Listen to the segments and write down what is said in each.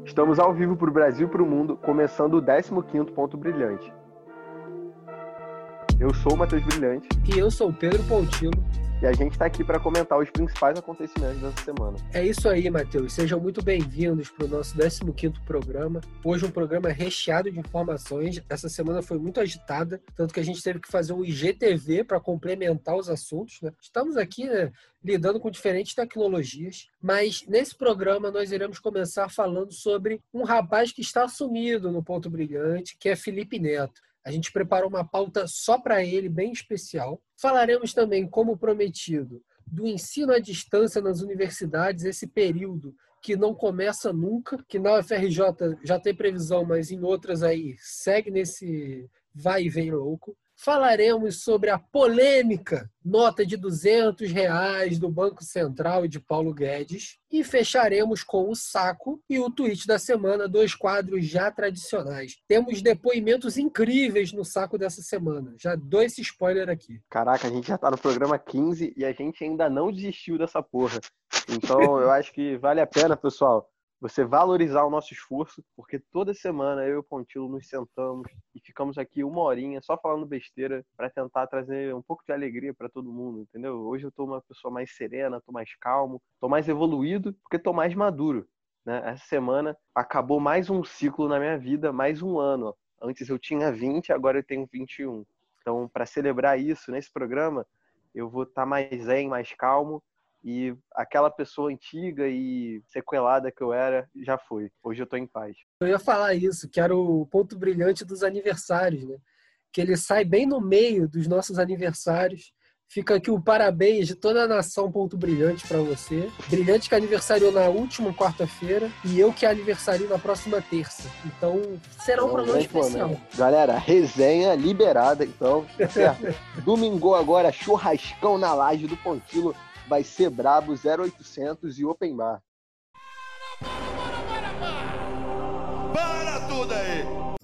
Estamos ao vivo para o Brasil e para o mundo, começando o 15º Ponto Brilhante. Eu sou o Matheus Brilhante. E eu sou o Pedro Pontilo. E a gente está aqui para comentar os principais acontecimentos dessa semana. É isso aí, Matheus. Sejam muito bem-vindos para o nosso 15º programa. Hoje um programa recheado de informações. Essa semana foi muito agitada, tanto que a gente teve que fazer um IGTV para complementar os assuntos, né? Estamos aqui, lidando com diferentes tecnologias, mas nesse programa nós iremos começar falando sobre um rapaz que está sumido no Ponto Brilhante, que é Felipe Neto. A gente preparou uma pauta só para ele, bem especial. Falaremos também, como prometido, do ensino à distância nas universidades, esse período que não começa nunca, que na UFRJ já tem previsão, mas em outras aí segue nesse vai e vem louco. Falaremos sobre a polêmica nota de R$200 do Banco Central e de Paulo Guedes. E fecharemos com o saco e o tweet da semana, 2 quadros já tradicionais. Temos depoimentos incríveis no saco dessa semana. Já dou esse spoiler aqui. Caraca, a gente já tá no programa 15 e a gente ainda não desistiu dessa porra. Então eu acho que vale a pena, pessoal, você valorizar o nosso esforço, porque toda semana eu e o Pontilo nos sentamos e ficamos aqui 1 horinha só falando besteira para tentar trazer um pouco de alegria para todo mundo, entendeu? Hoje eu tô uma pessoa mais serena, tô mais calmo, tô mais evoluído, porque tô mais maduro, né? Essa semana acabou mais um ciclo na minha vida, mais um ano. Antes eu tinha 20, agora eu tenho 21. Então, para celebrar isso nesse programa, eu vou estar mais zen, mais calmo. E aquela pessoa antiga e sequelada que eu era, já foi. Hoje eu tô em paz. Eu ia falar isso, que era o ponto brilhante dos aniversários, né? Que ele sai bem no meio dos nossos aniversários. Fica aqui o parabéns de toda a nação Ponto Brilhante para você. Brilhante que aniversariou na última quarta-feira e eu que aniversario na próxima terça. Então, será um programa especial. Galera, resenha liberada, então, certo? Domingo agora, churrascão na laje do Pontilo. Vai ser brabo, 0800 e open bar. Para tudo aí!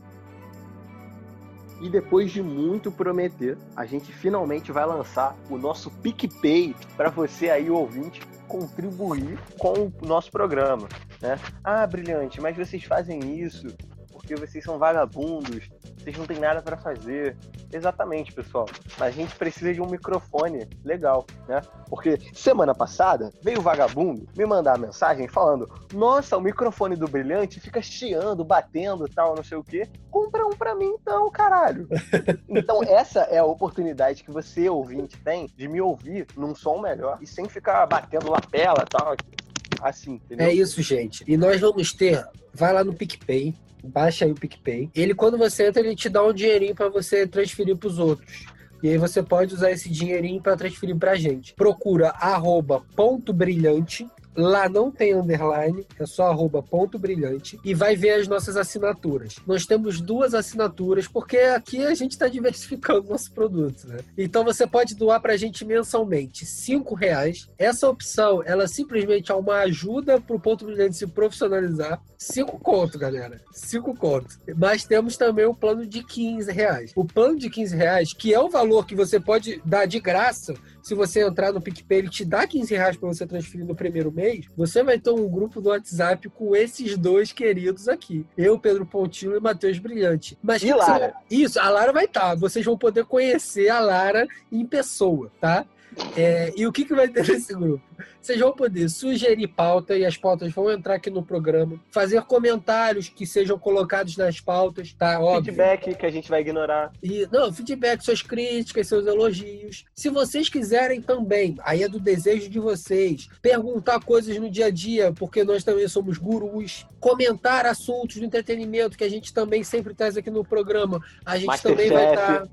E depois de muito prometer, a gente finalmente vai lançar o nosso PicPay para você aí, ouvinte, contribuir com o nosso programa, né? Ah, Brilhante, mas vocês fazem isso porque vocês são vagabundos, vocês não têm nada para fazer. Exatamente, pessoal. A gente precisa de um microfone legal, né? Porque semana passada veio o vagabundo me mandar mensagem falando: nossa, o microfone do Brilhante fica chiando, batendo, tal, não sei o quê. Compra um pra mim então, caralho. Então essa é a oportunidade que você, ouvinte, tem de me ouvir num som melhor e sem ficar batendo lapela e tal. Assim, entendeu? É isso, gente. E nós vamos ter... Vai lá no PicPay. Baixa aí o PicPay. Ele, quando você entra, ele te dá um dinheirinho para você transferir para os outros. E aí você pode usar esse dinheirinho para transferir para a gente. Procura @pontobrilhante. Lá não tem underline, é só @pontobrilhante. E vai ver as nossas assinaturas. Nós temos 2 assinaturas, porque aqui a gente está diversificando nosso produto, né? Então você pode doar para a gente mensalmente R$5. Essa opção, ela simplesmente é uma ajuda para o Ponto Brilhante se profissionalizar. 5 conto, galera. 5 conto. Mas temos também o plano de R$15. O plano de R$15, que é o valor que você pode dar de graça, se você entrar no PicPay, ele te dá R$15 para você transferir no primeiro mês, você vai ter um grupo do WhatsApp com esses 2 queridos aqui. Eu, Pedro Pontilo e Matheus Brilhante. Mas e Lara? Isso, a Lara vai estar. Vocês vão poder conhecer a Lara em pessoa, tá? E o que vai ter nesse grupo? Vocês vão poder sugerir pauta e as pautas vão entrar aqui no programa, fazer comentários que sejam colocados nas pautas, tá? Óbvio. Feedback que a gente vai ignorar. Feedback, suas críticas, seus elogios. Se vocês quiserem também, aí é do desejo de vocês, perguntar coisas no dia a dia, porque nós também somos gurus, comentar assuntos do entretenimento que a gente também sempre traz aqui no programa. A gente também vai estar,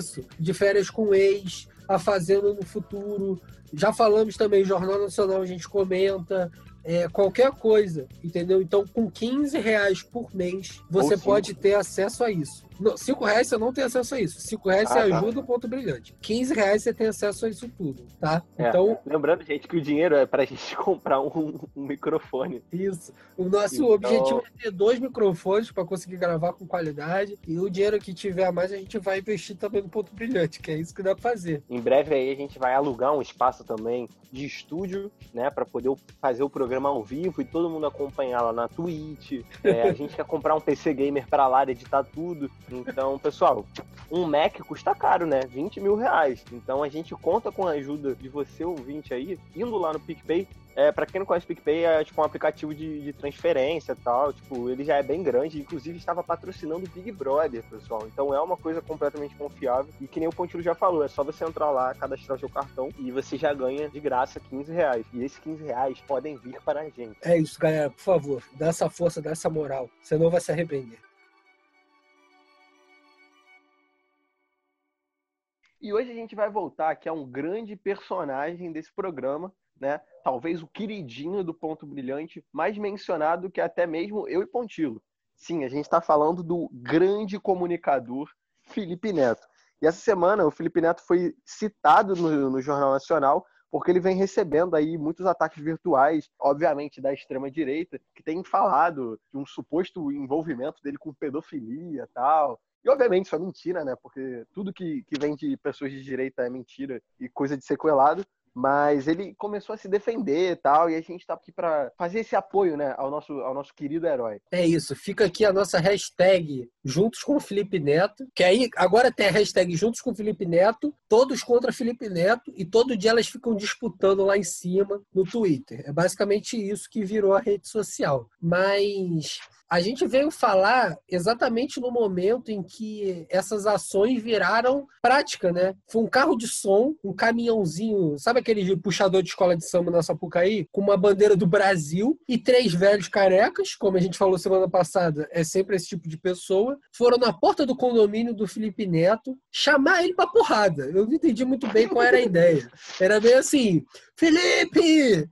de férias com o ex, a Fazenda no futuro. Já falamos também, Jornal Nacional, a gente comenta, qualquer coisa, entendeu? Então, com R$15 por mês, você pode ter acesso a isso. Não, R$5 você não tem acesso a isso. R$5 você ajuda o Ponto Brilhante. R$15 você tem acesso a isso tudo, tá? Então, lembrando, gente, que o dinheiro é pra gente comprar um microfone. Isso. O nosso objetivo é ter 2 microfones para conseguir gravar com qualidade. E o dinheiro que tiver a mais, a gente vai investir também no Ponto Brilhante, que é isso que dá pra fazer. Em breve aí a gente vai alugar um espaço também de estúdio, né? Pra poder fazer o programa ao vivo e todo mundo acompanhar lá na Twitch. A gente quer comprar um PC Gamer pra lá, editar tudo. Então, pessoal, um Mac custa caro, né? R$20 mil. Então a gente conta com a ajuda de você, ouvinte aí, indo lá no PicPay. Pra quem não conhece o PicPay, é tipo um aplicativo de transferência e tal. Tipo, ele já é bem grande. Inclusive, estava patrocinando o Big Brother, pessoal. Então é uma coisa completamente confiável. E que nem o Pontilho já falou, é só você entrar lá, cadastrar o seu cartão e você já ganha de graça R$15. E esses R$15 podem vir para a gente. É isso, galera. Por favor, dá essa força, dá essa moral. Você não vai se arrepender. E hoje a gente vai voltar aqui a um grande personagem desse programa, né? Talvez o queridinho do Ponto Brilhante, mais mencionado que até mesmo eu e Pontilo. Sim, a gente está falando do grande comunicador Felipe Neto. E essa semana o Felipe Neto foi citado no Jornal Nacional porque ele vem recebendo aí muitos ataques virtuais, obviamente da extrema-direita, que tem falado de um suposto envolvimento dele com pedofilia e tal. E, obviamente, isso é mentira, né? Porque tudo que vem de pessoas de direita é mentira e coisa de sequelado. Mas ele começou a se defender e tal, e a gente tá aqui para fazer esse apoio, né, ao nosso querido herói. É isso, fica aqui a nossa hashtag Juntos com o Felipe Neto, que aí agora tem a hashtag Juntos com o Felipe Neto, todos contra Felipe Neto, e todo dia elas ficam disputando lá em cima no Twitter. É basicamente isso que virou a rede social. Mas a gente veio falar exatamente no momento em que essas ações viraram prática, né? Foi um carro de som, um caminhãozinho, sabe aquele puxador de escola de samba na Sapucaí? Com uma bandeira do Brasil e 3 velhos carecas, como a gente falou semana passada, é sempre esse tipo de pessoa, foram na porta do condomínio do Felipe Neto chamar ele pra porrada. Eu não entendi muito bem qual era a ideia. Era meio assim, Felipe,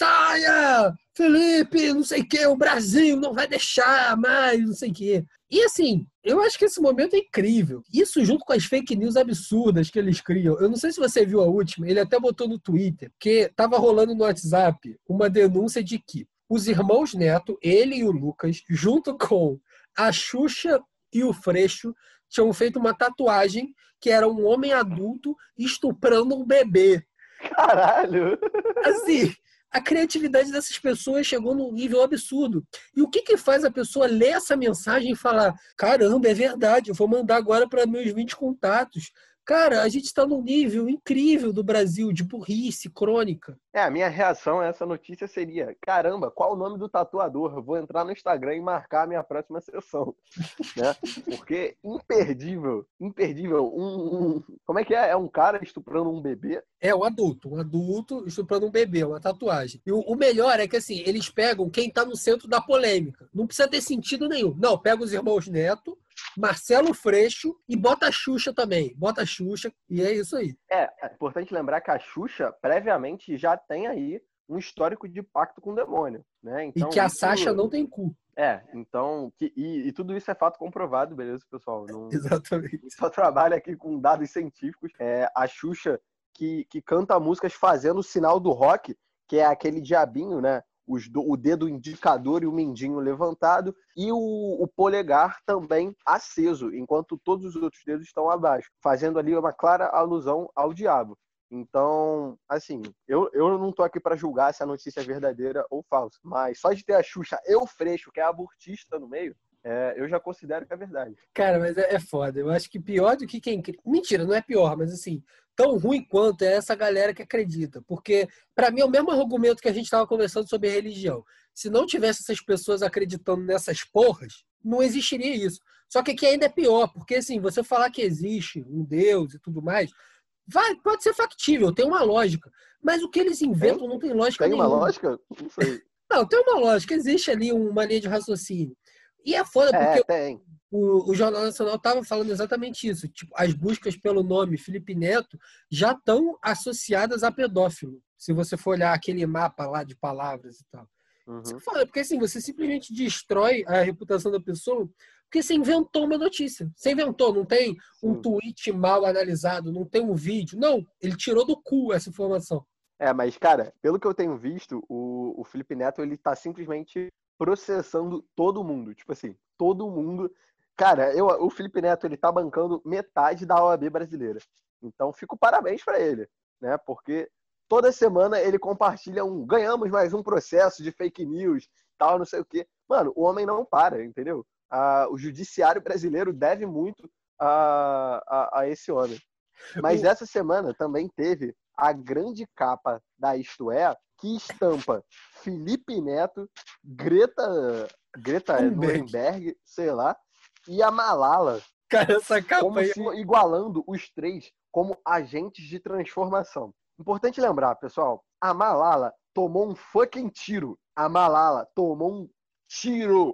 saia! Felipe, não sei o que, o Brasil não vai deixar mais, não sei o que. E assim, eu acho que esse momento é incrível. Isso junto com as fake news absurdas que eles criam. Eu não sei se você viu a última, ele até botou no Twitter, que tava rolando no WhatsApp uma denúncia de que os irmãos Neto, ele e o Lucas, junto com a Xuxa e o Freixo, tinham feito uma tatuagem que era um homem adulto estuprando um bebê. Caralho! Assim, a criatividade dessas pessoas chegou num nível absurdo. E o que faz a pessoa ler essa mensagem e falar, caramba, é verdade, eu vou mandar agora para meus 20 contatos. Cara, a gente está num nível incrível do Brasil, de burrice crônica. A minha reação a essa notícia seria, caramba, qual o nome do tatuador? Eu vou entrar no Instagram e marcar a minha próxima sessão. Né? Porque imperdível. Como é que é? É um cara estuprando um bebê? É um adulto estuprando um bebê, uma tatuagem. E o melhor é que, assim, eles pegam quem tá no centro da polêmica. Não precisa ter sentido nenhum. Não, pega os irmãos Neto, Marcelo Freixo e bota a Xuxa também. Bota a Xuxa e é isso aí. É importante lembrar que a Xuxa, previamente, já tem aí um histórico de pacto com o demônio. Né? Então, e que a Sasha não tem cu. Então, e tudo isso é fato comprovado, beleza, pessoal? Não, exatamente. Só trabalha aqui com dados científicos. A Xuxa que canta músicas fazendo o sinal do rock, que é aquele diabinho, né? O dedo indicador e o mindinho levantado, e o polegar também aceso, enquanto todos os outros dedos estão abaixo, fazendo ali uma clara alusão ao diabo. Então, assim, eu não tô aqui para julgar se a notícia é verdadeira ou falsa, mas só de ter a Xuxa e o Freixo, que é abortista no meio, eu já considero que é verdade. Cara, mas é foda. Eu acho que pior do que quem... Mentira, não é pior, mas assim, tão ruim quanto é essa galera que acredita. Porque, pra mim, é o mesmo argumento que a gente tava conversando sobre religião. Se não tivesse essas pessoas acreditando nessas porras, não existiria isso. Só que aqui ainda é pior, porque assim, você falar que existe um Deus e tudo mais, pode ser factível, tem uma lógica. Mas o que eles inventam não tem lógica nenhuma. Tem uma lógica? Não sei. Não, tem uma lógica. Existe ali uma linha de raciocínio. E é foda porque o Jornal Nacional estava falando exatamente isso. Tipo, as buscas pelo nome Felipe Neto já estão associadas a pedófilo. Se você for olhar aquele mapa lá de palavras e tal. Uhum. Porque assim, você simplesmente destrói a reputação da pessoa Porque você inventou uma notícia. Você inventou, não tem um Sim. tweet mal analisado, não tem um vídeo. Não, ele tirou do cu essa informação. Mas, cara, pelo que eu tenho visto, o Felipe Neto, ele tá simplesmente processando todo mundo. Tipo assim, todo mundo. Cara, o Felipe Neto, ele tá bancando metade da OAB brasileira. Então, fico parabéns pra ele, né? Porque toda semana ele compartilha ganhamos mais um processo de fake news, tal, não sei o quê. Mano, o homem não para, entendeu? O judiciário brasileiro deve muito a esse homem. Mas essa semana também teve a grande capa da Isto É, que estampa Felipe Neto, Greta Thunberg, sei lá, e a Malala, Cara, essa capa como aí. se igualando os três como agentes de transformação. Importante lembrar, pessoal, a Malala tomou um fucking tiro. A Malala tomou um tiro,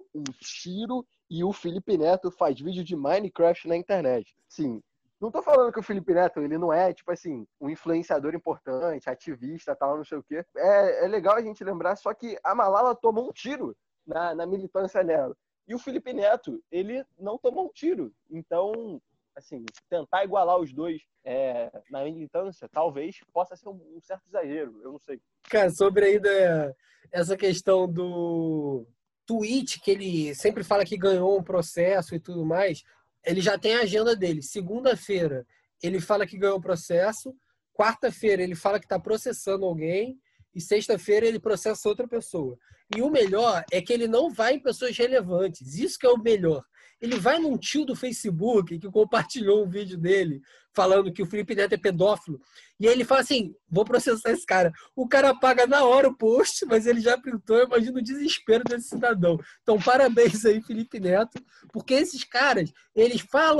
e o Felipe Neto faz vídeo de Minecraft na internet. Sim, não tô falando que o Felipe Neto, ele não é, tipo assim, um influenciador importante, ativista, tal, não sei o quê. É legal a gente lembrar, só que a Malala tomou um tiro na militância dela. E o Felipe Neto, ele não tomou um tiro. Então, assim, tentar igualar os dois na militância, talvez possa ser um certo exagero, eu não sei. Cara, sobre ainda essa questão do tweet, que ele sempre fala que ganhou um processo e tudo mais, ele já tem a agenda dele. Segunda-feira, ele fala que ganhou o processo. Quarta-feira, ele fala que está processando alguém. E sexta-feira, ele processa outra pessoa. E o melhor é que ele não vai em pessoas relevantes. Isso que é o melhor. Ele vai num tio do Facebook que compartilhou um vídeo dele falando que o Felipe Neto é pedófilo. E aí ele fala assim, vou processar esse cara. O cara paga na hora o post, mas ele já printou. Eu imagino o desespero desse cidadão. Então, parabéns aí, Felipe Neto, porque esses caras, eles falam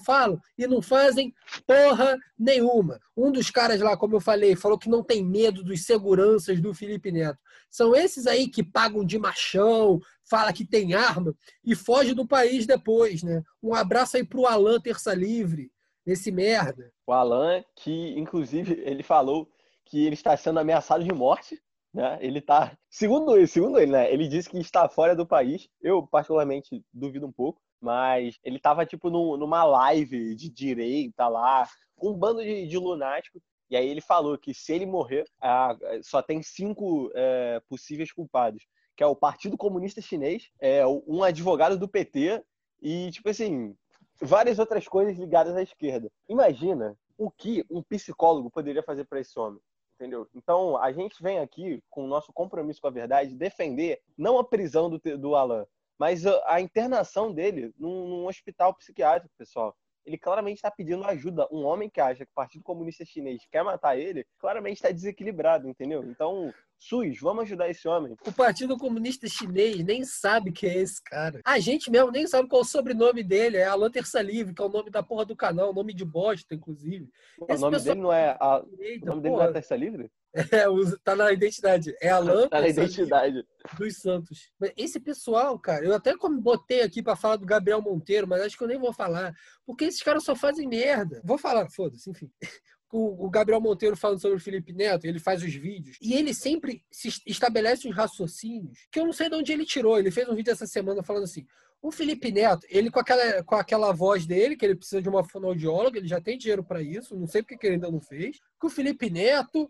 e não fazem porra nenhuma. Um dos caras lá, como eu falei, falou que não tem medo dos seguranças do Felipe Neto. São esses aí que pagam de machão, fala que tem arma e foge do país depois, né? Um abraço aí pro Alan Terça Livre, esse merda. O Alan, que inclusive ele falou que ele está sendo ameaçado de morte, né? Ele tá, segundo ele, né? Ele disse que está fora do país. Eu particularmente duvido um pouco, mas ele tava tipo numa live de direita lá, com um bando de lunáticos. E aí ele falou que se ele morrer, só tem 5 possíveis culpados, que é o Partido Comunista Chinês, um advogado do PT e, tipo assim, várias outras coisas ligadas à esquerda. Imagina o que um psicólogo poderia fazer para esse homem, entendeu? Então, a gente vem aqui, com o nosso compromisso com a verdade, defender não a prisão do Alan, mas a internação dele num hospital psiquiátrico, pessoal. Ele claramente está pedindo ajuda. Um homem que acha que o Partido Comunista Chinês quer matar ele, claramente está desequilibrado, entendeu? Então, SUS, vamos ajudar esse homem. O Partido Comunista Chinês nem sabe quem é esse cara. A gente mesmo nem sabe qual é o sobrenome dele. É Alan Terça Livre, que é o nome da porra do canal, nome de bosta, inclusive. O nome dele não é Terça Livre? Tá na identidade. É Alan tá na identidade dos Santos. Mas esse pessoal, cara, eu até botei aqui pra falar do Gabriel Monteiro, mas acho que eu nem vou falar. Porque esses caras só fazem merda. Vou falar, foda-se, enfim. O Gabriel Monteiro falando sobre o Felipe Neto, ele faz os vídeos, e ele sempre se estabelece uns raciocínios que eu não sei de onde ele tirou. Ele fez um vídeo essa semana falando assim, o Felipe Neto, ele com aquela voz dele, que ele precisa de uma fonoaudióloga, ele já tem dinheiro para isso, não sei porque que ele ainda não fez, que o Felipe Neto,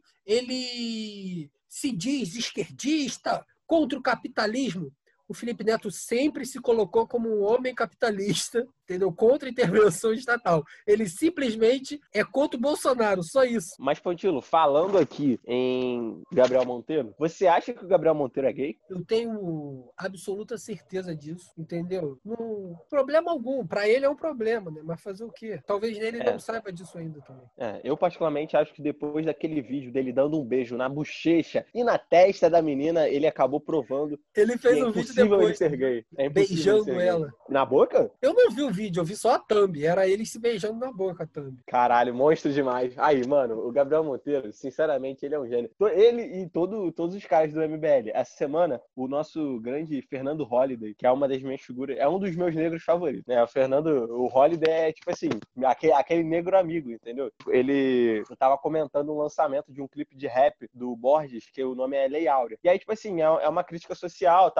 ele se diz esquerdista, contra o capitalismo. O Felipe Neto sempre se colocou como um homem capitalista, entendeu? Contra a intervenção estatal. Ele simplesmente é contra o Bolsonaro, só isso. Mas, Pontilo, falando aqui em Gabriel Monteiro, você acha que o Gabriel Monteiro é gay? Eu tenho absoluta certeza disso, entendeu? Não, problema algum. Para ele é um problema, né? Mas fazer o quê? Talvez ele não saiba disso ainda também. Eu particularmente acho que depois daquele vídeo dele dando um beijo na bochecha e na testa da menina, ele acabou provando ele fez um vídeo depois, ele ser gay. Beijando ela. Na boca? Eu não vi o vídeo, eu vi só a thumb. Era ele se beijando na boca, a thumb. Caralho, monstro demais. Aí, mano, o Gabriel Monteiro, sinceramente, ele é um gênio. Ele e todos os caras do MBL. Essa semana, o nosso grande Fernando Holliday, que é uma das minhas figuras, é um dos meus negros favoritos, né? O Holliday é, tipo assim, aquele negro amigo, entendeu? Ele tava comentando um lançamento de um clipe de rap do Borges, que o nome é Lei Áurea. E aí, tipo assim, é uma crítica social, tal, falando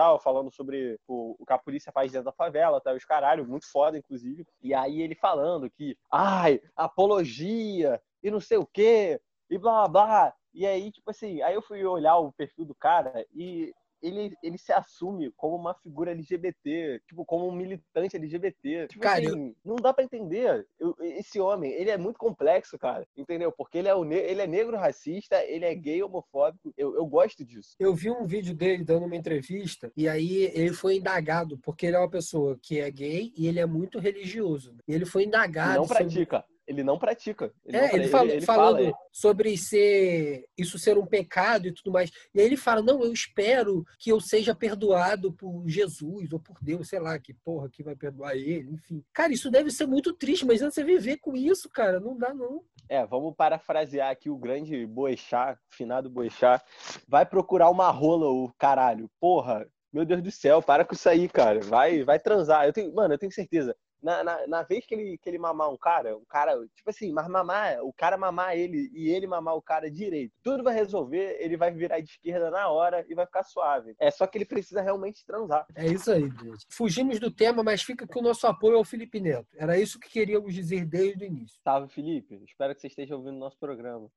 falando sobre o que a polícia faz dentro da favela, tá? Os caralho, muito foda, inclusive. E aí ele falando que, apologia e não sei o quê, e blá, blá, blá. E aí, tipo assim, aí eu fui olhar o perfil do cara e ele se assume como uma figura LGBT, tipo, como um militante LGBT. Tipo Cara, assim, não dá pra entender. Esse homem, ele é muito complexo, cara, entendeu? Porque ele é negro racista, ele é gay homofóbico. Eu gosto disso. eu vi um vídeo dele dando uma entrevista e aí ele foi indagado, porque ele é uma pessoa que é gay e ele é muito religioso, né? E ele foi E indagado não sobre... pratica. Ele não pratica. Ele Ele fala. falando sobre isso ser um pecado e tudo mais. E aí ele fala, não, eu espero que eu seja perdoado por Jesus ou por Deus, sei lá, que porra que vai perdoar ele, enfim. Cara, isso deve ser muito triste, mas você viver com isso, cara, não dá não. Vamos parafrasear aqui o grande Boechat, finado Boechat. Vai procurar uma rola, o caralho. Porra, meu Deus do céu, para com isso aí, cara. Vai transar. Mano, eu tenho certeza. Na vez que ele mamar um cara, tipo assim, mas o cara mamar ele e ele mamar o cara direito, tudo vai resolver, ele vai virar de esquerda na hora e vai ficar suave. É só que ele precisa realmente transar. É isso aí, gente. Fugimos do tema, mas fica aqui o nosso apoio ao Felipe Neto. Era isso que queríamos dizer desde o início. Salve, Felipe. Espero que você esteja ouvindo o nosso programa.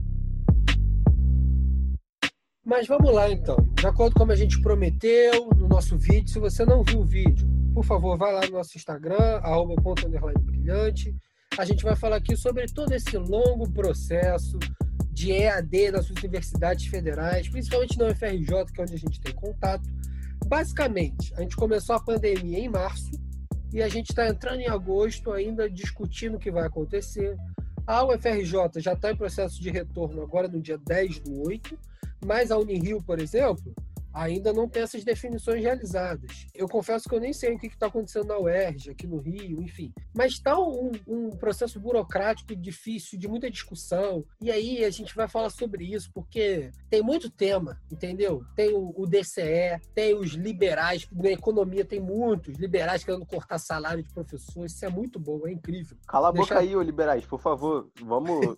Mas vamos lá, então. De acordo com como a gente prometeu no nosso vídeo, se você não viu o vídeo, por favor, vai lá no nosso Instagram, @ponto_brilhante. A gente vai falar aqui sobre todo esse longo processo de EAD nas universidades federais, principalmente na UFRJ, que é onde a gente tem contato. Basicamente, a gente começou a pandemia em março e a gente está entrando em agosto ainda discutindo o que vai acontecer. A UFRJ já está em processo de retorno agora no dia 10/8, mas a Unirio, por exemplo, ainda não tem essas definições realizadas. Eu confesso que eu nem sei o que está acontecendo na UERJ, aqui no Rio, enfim. Mas está um processo burocrático difícil, de muita discussão. E aí a gente vai falar sobre isso, porque tem muito tema, entendeu? Tem o DCE, tem os liberais, na economia tem muitos liberais querendo cortar salário de professores. Isso é muito bom, é incrível. Cala a boca aí, ô liberais, por favor. Vamos,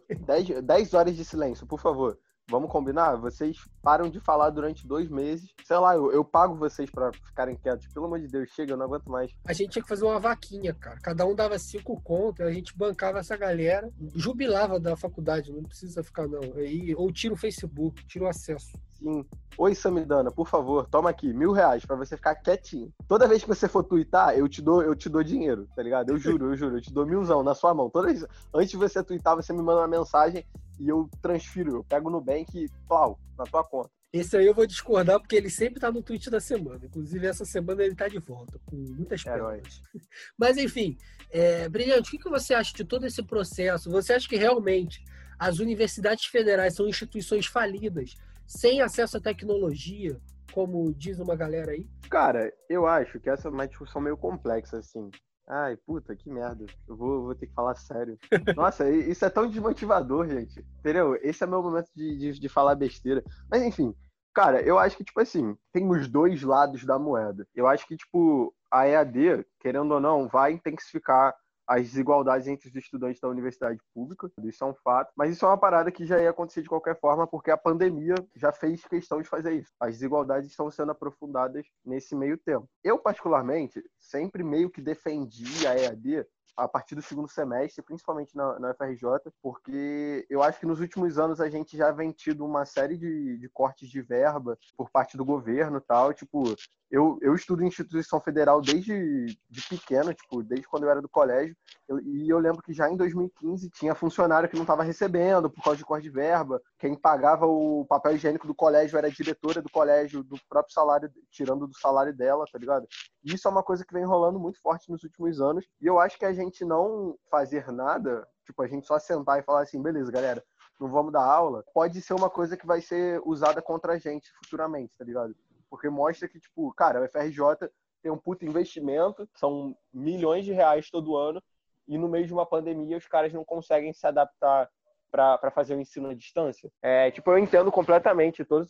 10 horas de silêncio, por favor. Vamos combinar? Vocês param de falar durante 2 meses. Sei lá, eu pago vocês pra ficarem quietos. Pelo amor de Deus, chega, eu não aguento mais. A gente tinha que fazer uma vaquinha, cara. Cada um dava 5 contos, a gente bancava essa galera, jubilava da faculdade, não precisa ficar não. Aí, ou tira o Facebook, tira o acesso. Sim. Oi, Samidana, por favor, toma aqui, R$1.000 pra você ficar quietinho. Toda vez que você for twittar, eu te dou dinheiro, tá ligado? Eu juro, eu te dou 1.000 na sua mão. Antes de você twittar, você me manda uma mensagem e eu transfiro, eu pego no Nubank e plau, na tua conta. Esse aí eu vou discordar porque ele sempre tá no tweet da semana. Inclusive, essa semana ele tá de volta, com muitas pérolas. Mas, enfim, Brilhante, o que você acha de todo esse processo? Você acha que realmente as universidades federais são instituições falidas, sem acesso à tecnologia, como diz uma galera aí? Cara, eu acho que essa é uma discussão meio complexa, assim. Ai, puta, que merda. Eu vou ter que falar sério. Nossa, isso é tão desmotivador, gente. Entendeu? Esse é meu momento de falar besteira. Mas, enfim, cara, eu acho que, tipo assim, tem os dois lados da moeda. Eu acho que, tipo, a EAD, querendo ou não, vai intensificar as desigualdades entre os estudantes da universidade pública, isso é um fato, mas isso é uma parada que já ia acontecer de qualquer forma, porque a pandemia já fez questão de fazer isso. As desigualdades estão sendo aprofundadas nesse meio tempo. Eu, particularmente, sempre meio que defendi a EAD a partir do segundo semestre, principalmente na UFRJ, porque eu acho que nos últimos anos a gente já vem tido uma série de cortes de verba por parte do governo e tal, tipo, eu estudo em instituição federal desde pequeno, tipo, desde quando eu era do colégio, e eu lembro que já em 2015 tinha funcionário que não estava recebendo por causa de corte de verba, quem pagava o papel higiênico do colégio era a diretora do colégio, do próprio salário, tirando do salário dela, tá ligado? E isso é uma coisa que vem rolando muito forte nos últimos anos, e eu acho que a gente não fazer nada, tipo, a gente só sentar e falar assim, beleza, galera, não vamos dar aula, pode ser uma coisa que vai ser usada contra a gente futuramente, tá ligado? Porque mostra que, tipo, cara, o FRJ tem um puto investimento, são milhões de reais todo ano, e no meio de uma pandemia os caras não conseguem se adaptar para fazer o ensino à distância. Tipo, eu entendo completamente todas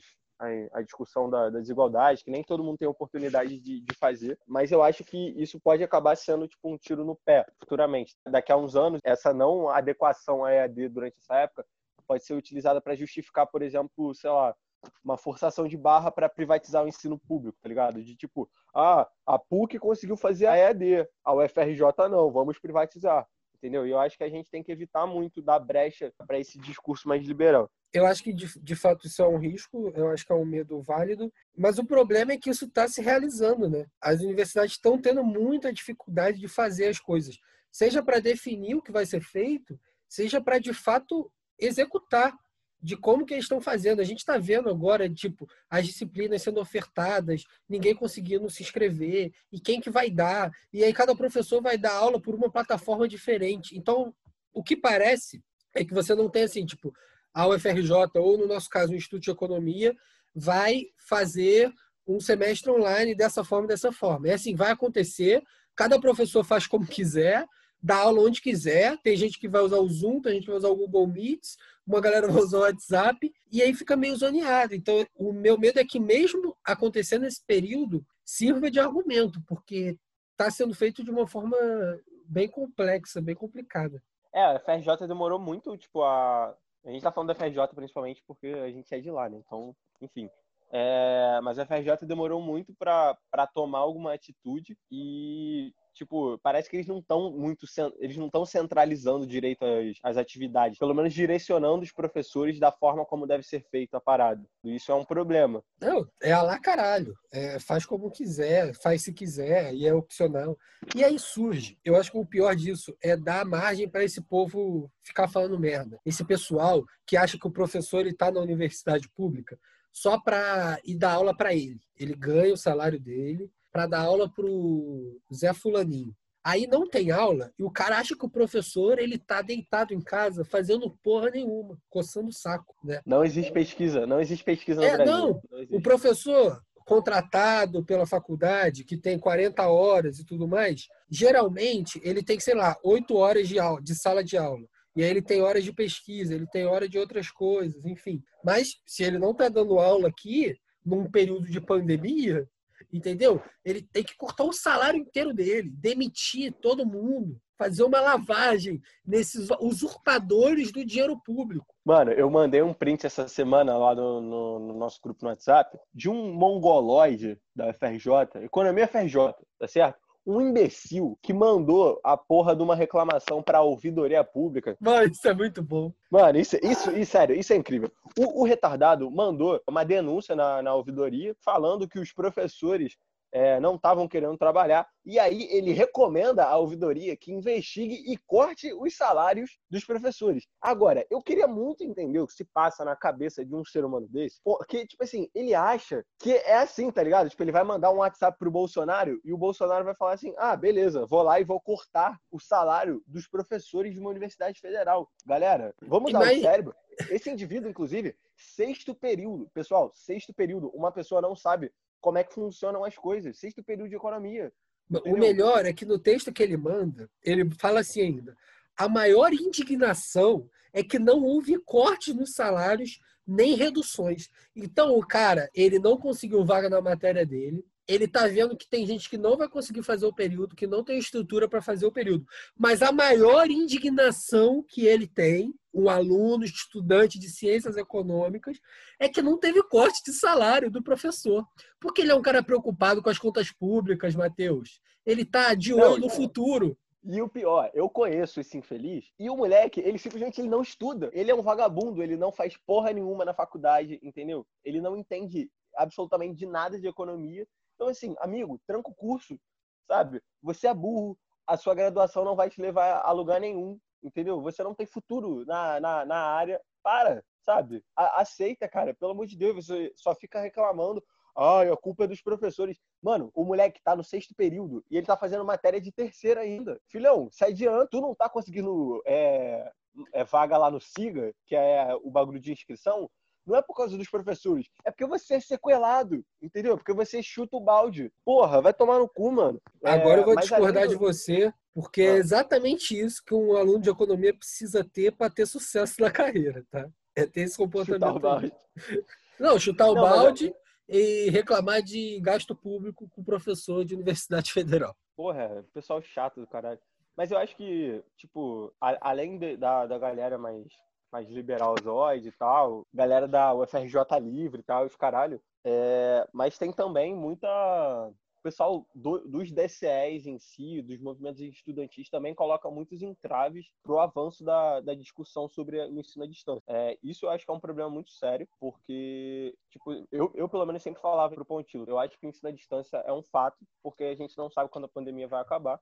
a discussão da desigualdade, que nem todo mundo tem oportunidade de fazer, mas eu acho que isso pode acabar sendo tipo um tiro no pé futuramente. Daqui a uns anos, essa não adequação à EAD durante essa época pode ser utilizada para justificar, por exemplo, sei lá, uma forçação de barra para privatizar o ensino público, tá ligado? De tipo, a PUC conseguiu fazer a EAD, a UFRJ não, vamos privatizar, entendeu? E eu acho que a gente tem que evitar muito dar brecha para esse discurso mais liberal. Eu acho que, de fato, isso é um risco, eu acho que é um medo válido, mas o problema é que isso está se realizando, né? As universidades estão tendo muita dificuldade de fazer as coisas, seja para definir o que vai ser feito, seja para, de fato, executar de como que eles estão fazendo. A gente está vendo agora, tipo, as disciplinas sendo ofertadas, ninguém conseguindo se inscrever, e quem que vai dar, e aí cada professor vai dar aula por uma plataforma diferente. Então, o que parece é que você não tem, assim, tipo, a UFRJ, ou no nosso caso, o Instituto de Economia, vai fazer um semestre online dessa forma e dessa forma. É assim, vai acontecer, cada professor faz como quiser, dá aula onde quiser, tem gente que vai usar o Zoom, tem gente que vai usar o Google Meets, uma galera vai usar o WhatsApp, e aí fica meio zoneado. Então, o meu medo é que mesmo acontecendo nesse período, sirva de argumento, porque está sendo feito de uma forma bem complexa, bem complicada. A FRJ demorou muito, tipo, A gente tá falando da FRJ principalmente porque a gente é de lá, né? Então, enfim. Mas a FRJ demorou muito para tomar alguma atitude e, tipo, parece que eles não estão centralizando direito as atividades, pelo menos direcionando os professores da forma como deve ser feita a parada. E isso é um problema. Não, é a lá caralho. Faz como quiser, faz se quiser, e é opcional. E aí surge, eu acho que o pior disso é dar margem para esse povo ficar falando merda. Esse pessoal que acha que o professor está na universidade pública só para ir dar aula para ele. Ele ganha o salário dele para dar aula pro Zé Fulaninho. Aí não tem aula e o cara acha que o professor ele tá deitado em casa fazendo porra nenhuma, coçando o saco, né? Não existe pesquisa no Brasil. Não, o professor contratado pela faculdade, que tem 40 horas e tudo mais, geralmente ele tem, sei lá, 8 horas de sala de aula. E aí ele tem horas de pesquisa, ele tem hora de outras coisas, enfim. Mas se ele não está dando aula aqui, num período de pandemia, entendeu? Ele tem que cortar o salário inteiro dele, demitir todo mundo, fazer uma lavagem nesses usurpadores do dinheiro público. Mano, eu mandei um print essa semana lá no nosso grupo no WhatsApp de um mongoloide da FRJ, Economia FRJ, tá certo? Um imbecil que mandou a porra de uma reclamação pra ouvidoria pública. Mano, isso é muito bom. Mano, sério, isso é incrível. O retardado mandou uma denúncia na ouvidoria falando que os professores não estavam querendo trabalhar. E aí ele recomenda à ouvidoria que investigue e corte os salários dos professores. Agora, eu queria muito entender o que se passa na cabeça de um ser humano desse. Porque, tipo assim, ele acha que é assim, tá ligado? Tipo, ele vai mandar um WhatsApp pro Bolsonaro e o Bolsonaro vai falar assim, beleza, vou lá e vou cortar o salário dos professores de uma universidade federal. Galera, vamos dar o cérebro. Esse indivíduo, inclusive, sexto período. Pessoal, sexto período. Uma pessoa não sabe como é que funcionam as coisas. Sexto período de economia. Entendeu? O melhor é que no texto que ele manda, ele fala assim ainda, a maior indignação é que não houve cortes nos salários nem reduções. Então, o cara, ele não conseguiu vaga na matéria dele, ele tá vendo que tem gente que não vai conseguir fazer o período, que não tem estrutura para fazer o período. Mas a maior indignação que ele tem, um aluno, estudante de ciências econômicas, é que não teve corte de salário do professor. Porque ele é um cara preocupado com as contas públicas, Matheus. Ele tá de olho no futuro. E o pior, eu conheço esse infeliz, e o moleque, ele simplesmente não estuda. Ele é um vagabundo, ele não faz porra nenhuma na faculdade, entendeu? Ele não entende absolutamente de nada de economia. Então, assim, amigo, tranca o curso, sabe? Você é burro, a sua graduação não vai te levar a lugar nenhum, entendeu? Você não tem futuro na área. Sabe? Aceita, cara, pelo amor de Deus, você só fica reclamando. A culpa é dos professores. Mano, o moleque tá no sexto período e ele tá fazendo matéria de terceira ainda. Filhão, sai adianta, tu não tá conseguindo vaga lá no SIGA, que é o bagulho de inscrição, não é por causa dos professores, é porque você é sequelado, entendeu? Porque você chuta o balde. Porra, vai tomar no cu, mano. Agora eu vou discordar de você, porque é exatamente isso que um aluno de economia precisa ter para ter sucesso na carreira, tá? É ter esse comportamento. Chutar o balde. Não, chutar o balde e reclamar de gasto público com professor de universidade federal. Porra, pessoal chato do caralho. Mas eu acho que, tipo, além da galera mais mais liberalzóide e tal, galera da UFRJ livre e tal, os caralho. Mas tem também muita... O pessoal dos DCEs em si, dos movimentos estudantis, também coloca muitos entraves para o avanço da discussão sobre o ensino à distância. Isso eu acho que é um problema muito sério, porque tipo, eu pelo menos sempre falava para o Pontilo, eu acho que o ensino à distância é um fato, porque a gente não sabe quando a pandemia vai acabar.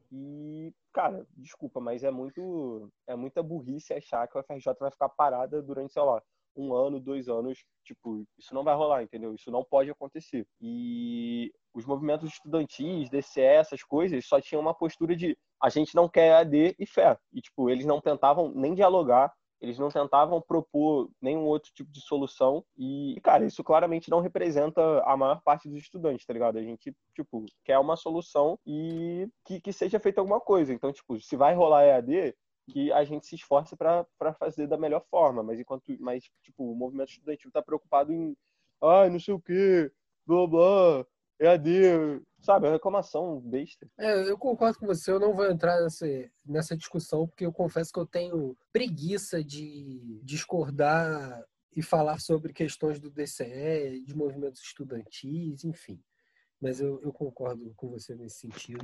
E, cara, desculpa, mas é muita burrice achar que a UFRJ vai ficar parada durante, sei lá, 1 ano, 2 anos. Tipo, isso não vai rolar, entendeu? Isso não pode acontecer. E os movimentos estudantis, DCE, essas coisas, só tinham uma postura de a gente não quer AD e fé. E, tipo, eles não tentavam nem dialogar, eles não tentavam propor nenhum outro tipo de solução. E, cara, isso claramente não representa a maior parte dos estudantes, tá ligado? A gente, tipo, quer uma solução e que seja feita alguma coisa. Então, tipo, se vai rolar EAD, que a gente se esforce para fazer da melhor forma. Mas, tipo, o movimento estudantil tá preocupado em não sei o quê, blá, blá, EAD, sabe? É reclamação besta. Eu concordo com você, eu não vou entrar nessa discussão, porque eu confesso que eu tenho preguiça de discordar e falar sobre questões do DCE, de movimentos estudantis, enfim. Mas eu concordo com você nesse sentido.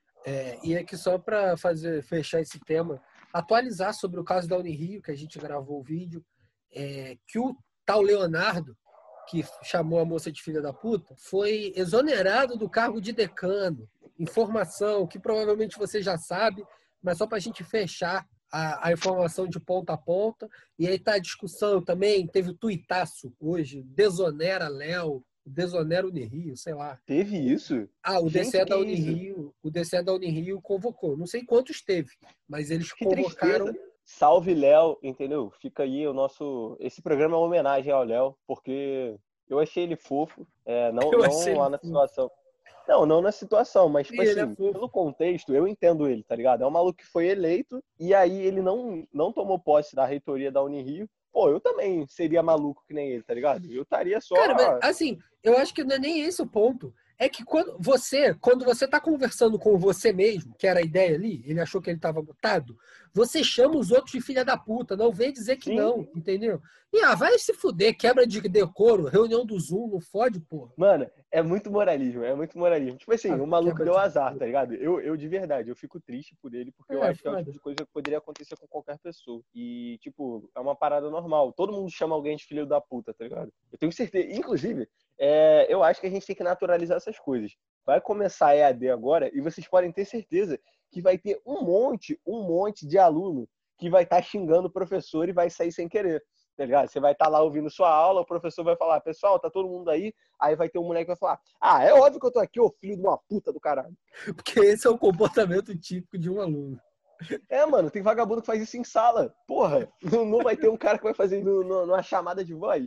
E aqui só para fechar esse tema, atualizar sobre o caso da Unirio, que a gente gravou o vídeo, que o tal Leonardo, que chamou a moça de filha da puta, foi exonerado do cargo de decano. Informação que provavelmente você já sabe, mas só para a gente fechar a informação de ponta a ponta. E aí tá a discussão também, teve o tuitaço hoje, desonera Léo, desonera Unirio, sei lá. Teve isso? O Gente, DCE que da isso? Unirio, o DCE da Unirio convocou. Não sei quantos teve, mas eles Que convocaram. tristeza. Salve, Léo, entendeu? Fica aí Esse programa é uma homenagem ao Léo, porque eu achei ele fofo. Eu achei Não ele lá na fofo. situação. Não na situação, mas, tipo Ele é assim, fofo. pelo contexto, eu entendo ele, tá ligado? É um maluco que foi eleito e aí ele não tomou posse da reitoria da Unirio. Pô, eu também seria maluco que nem ele, tá ligado? Eu estaria só. Cara, mas assim, eu acho que não é nem esse o ponto. É que quando você tá conversando com você mesmo, que era a ideia ali, ele achou que ele estava mutado, você chama os outros de filha da puta, não vem dizer que Sim. não, entendeu? E vai se fuder, quebra de decoro, reunião do Zoom, não fode, porra. Mano, é muito moralismo, é muito moralismo. Tipo assim, o maluco Quebra deu de azar, decoro. tá ligado? Eu de verdade, eu fico triste por ele, porque eu acho que é o tipo Foda. de coisa que poderia acontecer com qualquer pessoa. E, tipo, é uma parada normal. Todo mundo chama alguém de filho da puta, tá ligado? Eu tenho certeza. Inclusive, eu acho que a gente tem que naturalizar essas coisas. Vai começar a EAD agora e vocês podem ter certeza que vai ter um monte de aluno que vai estar xingando o professor e vai sair sem querer. Tá ligado? Você vai estar lá ouvindo sua aula, o professor vai falar, pessoal, tá todo mundo aí? Aí vai ter um moleque que vai falar, é óbvio que eu tô aqui, ô filho de uma puta do caralho. Porque esse é o comportamento típico de um aluno. Mano, tem vagabundo que faz isso em sala. Porra, não vai ter um cara que vai fazer numa chamada de voz.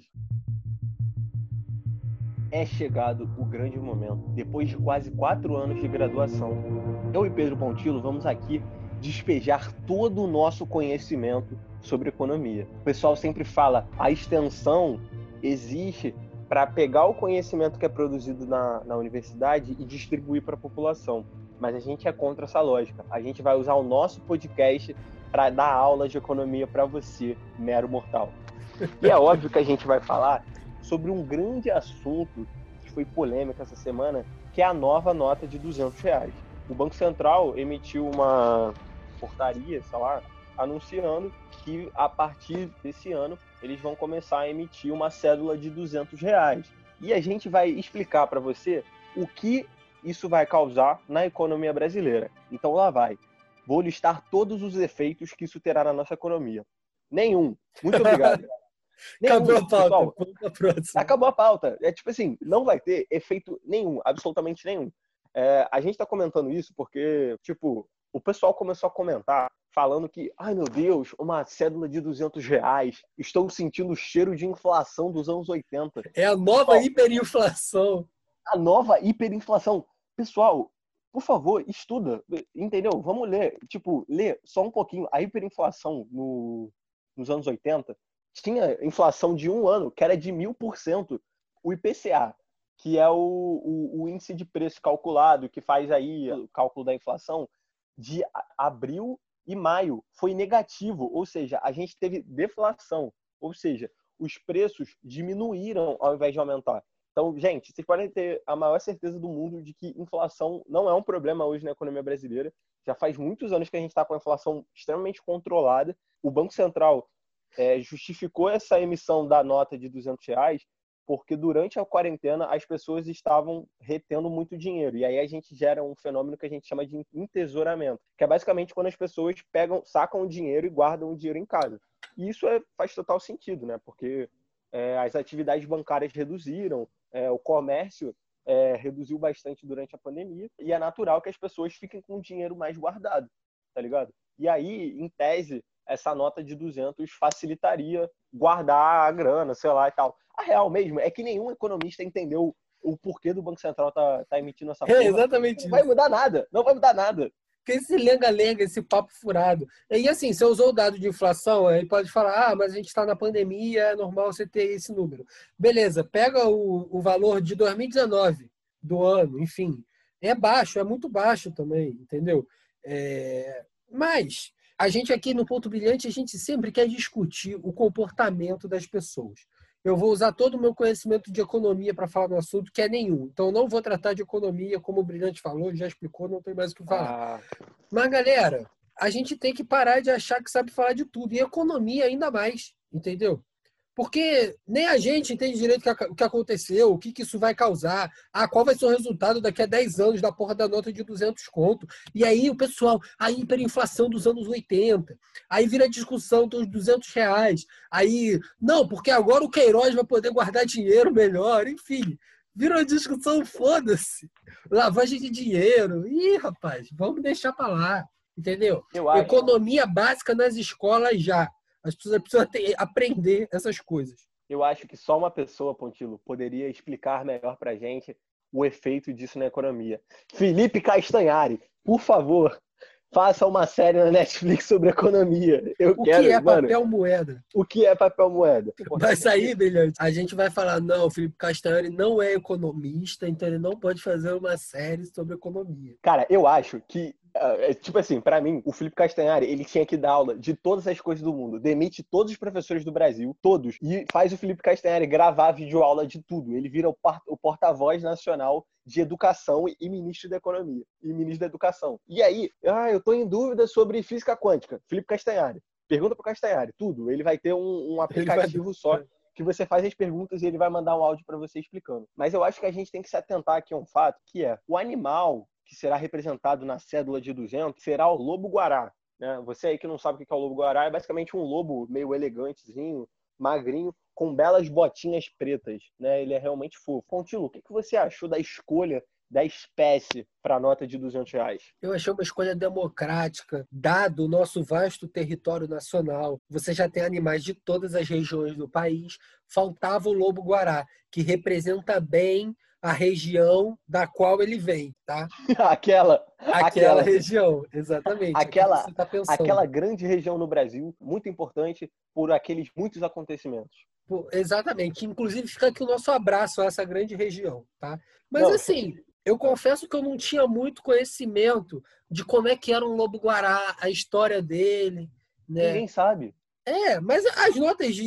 É chegado o grande momento. Depois de quase 4 anos de graduação, eu e Pedro Pontilo vamos aqui despejar todo o nosso conhecimento sobre economia. O pessoal sempre fala, a extensão existe para pegar o conhecimento que é produzido na universidade e distribuir para a população. Mas a gente é contra essa lógica. A gente vai usar o nosso podcast para dar aula de economia para você, mero mortal. E é óbvio que a gente vai falar sobre um grande assunto que foi polêmica essa semana, que é a nova nota de R$200. O Banco Central emitiu uma portaria, sei lá, anunciando que a partir desse ano eles vão começar a emitir uma cédula de R$200. E a gente vai explicar para você o que isso vai causar na economia brasileira. Então lá vai. Vou listar todos os efeitos que isso terá na nossa economia. Nenhum. Muito obrigado. Acabou a pauta. Pessoal, próxima. acabou a pauta. Tipo assim, não vai ter efeito nenhum, absolutamente nenhum. A gente tá comentando isso porque, tipo, o pessoal começou a comentar falando que, ai meu Deus, uma cédula de R$200, estou sentindo o cheiro de inflação dos anos 80. É a nova hiperinflação. A nova hiperinflação. Pessoal, por favor, estuda, entendeu? Vamos ler, lê só um pouquinho. A hiperinflação nos anos 80 tinha inflação de um ano que era de 1000%. O IPCA, que é o índice de preço calculado, que faz aí o cálculo da inflação, de abril e maio foi negativo, ou seja, a gente teve deflação, ou seja, os preços diminuíram ao invés de aumentar. Então, gente, vocês podem ter a maior certeza do mundo de que inflação não é um problema hoje na economia brasileira. Já faz muitos anos que a gente está com a inflação extremamente controlada. O Banco Central justificou essa emissão da nota de R$ 200 porque durante a quarentena as pessoas estavam retendo muito dinheiro. E aí a gente gera um fenômeno que a gente chama de entesouramento, que é basicamente quando as pessoas sacam o dinheiro e guardam o dinheiro em casa. E isso faz total sentido, né? Porque as atividades bancárias reduziram, o comércio reduziu bastante durante a pandemia, e é natural que as pessoas fiquem com o dinheiro mais guardado, tá ligado? E aí, em tese, essa nota de 200 facilitaria guardar a grana, sei lá e tal. A real mesmo é que nenhum economista entendeu o porquê do Banco Central tá emitindo essa porra. Exatamente Não vai mudar nada, não vai mudar nada. Porque esse lenga-lenga, esse papo furado. E assim, você usou o dado de inflação, aí pode falar, mas a gente está na pandemia, é normal você ter esse número. Beleza, pega o valor de 2019 do ano, enfim. É baixo, é muito baixo também, entendeu? Mas a gente aqui no Ponto Brilhante, a gente sempre quer discutir o comportamento das pessoas. Eu vou usar todo o meu conhecimento de economia para falar no assunto, que é nenhum. Então, não vou tratar de economia, como o Brilhante falou, já explicou, não tem mais o que falar. Mas, galera, a gente tem que parar de achar que sabe falar de tudo. E economia ainda mais, entendeu? Porque nem a gente entende direito o que aconteceu, o que isso vai causar, qual vai ser o resultado daqui a 10 anos da porra da nota de 200 conto. E aí o pessoal, a hiperinflação dos anos 80, aí vira discussão dos R$ 200, aí, não, porque agora o Queiroz vai poder guardar dinheiro melhor, enfim. Vira uma discussão, foda-se. Lavagem de dinheiro. Ih, rapaz, vamos deixar pra lá, entendeu? Economia básica nas escolas já. As pessoas precisam aprender essas coisas. Eu acho que só uma pessoa, Pontilo, poderia explicar melhor pra gente o efeito disso na economia. Felipe Castanhari, por favor, faça uma série na Netflix sobre economia. O que é papel moeda? O que é papel moeda? Vai sair, Brilhante. A gente vai falar, não, o Felipe Castanhari não é economista, então ele não pode fazer uma série sobre economia. Cara, eu acho que tipo assim, pra mim, o Felipe Castanhari, ele tinha que dar aula de todas as coisas do mundo. Demite todos os professores do Brasil, todos, e faz o Felipe Castanhari gravar videoaula de tudo. Ele vira o porta-voz nacional de educação e ministro da economia, e ministro da educação. E aí, eu tô em dúvida sobre física quântica. Felipe Castanhari. Pergunta pro Castanhari, tudo. Ele vai ter um aplicativo só que você faz as perguntas e ele vai mandar um áudio para você explicando. Mas eu acho que a gente tem que se atentar aqui a um fato, que é o animal que será representado na cédula de 200 será o lobo-guará. Né? Você aí que não sabe o que é o lobo-guará, é basicamente um lobo meio elegantezinho, magrinho, com belas botinhas pretas. Né? Ele é realmente fofo. Pontilo, o que você achou da escolha da espécie para a nota de R$ 200? Eu achei uma escolha democrática, dado o nosso vasto território nacional. Você já tem animais de todas as regiões do país. Faltava o lobo-guará, que representa bem a região da qual ele vem, tá? Aquela região, exatamente. Aquela grande região no Brasil, muito importante por aqueles muitos acontecimentos. Exatamente. Inclusive, fica aqui o nosso abraço a essa grande região, tá? Mas assim, eu confesso que eu não tinha muito conhecimento de como é que era um lobo-guará, a história dele, né? Ninguém sabe. Mas as notas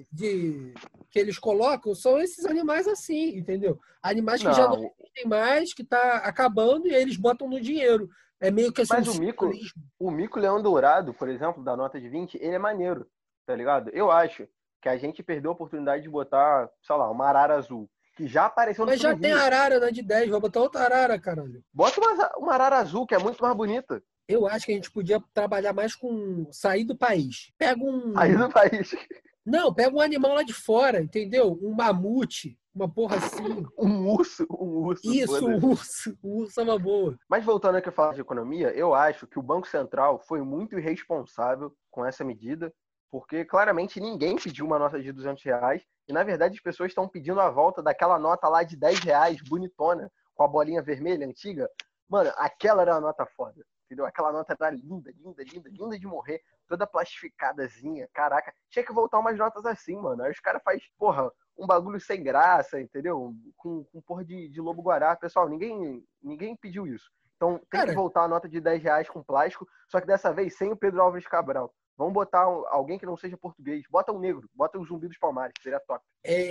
que eles colocam são esses animais assim, entendeu? Animais que já não existem mais, que tá acabando e eles botam no dinheiro. É meio que assim. Mas o mico-leão dourado, por exemplo, da nota de 20, ele é maneiro, tá ligado? Eu acho que a gente perdeu a oportunidade de botar, sei lá, uma arara azul, que já apareceu no Mas já tem arara na de 10, vai botar outra arara, caralho. Bota uma arara azul, que é muito mais bonita. Eu acho que a gente podia trabalhar mais com sair do país. Sair do país. Não, pega um animal lá de fora, entendeu? Um mamute, uma porra assim. Um urso. Isso, um urso é uma boa. Mas voltando aqui a falar de economia, eu acho que o Banco Central foi muito irresponsável com essa medida, porque claramente ninguém pediu uma nota de R$ 200 e, na verdade, as pessoas estão pedindo a volta daquela nota lá de R$ 10, bonitona, com a bolinha vermelha antiga. Mano, aquela era uma nota foda. Entendeu? Aquela nota era linda de morrer, toda plastificadazinha, caraca. Tinha que voltar umas notas assim, mano. Aí os caras fazem, um bagulho sem graça, entendeu? Com porra de lobo-guará. Pessoal, ninguém pediu isso. Então tem que voltar a nota de R$10 com plástico, só que dessa vez sem o Pedro Álvares Cabral. Vamos botar alguém que não seja português. Bota um negro, bota o Zumbi dos Palmares, que seria top.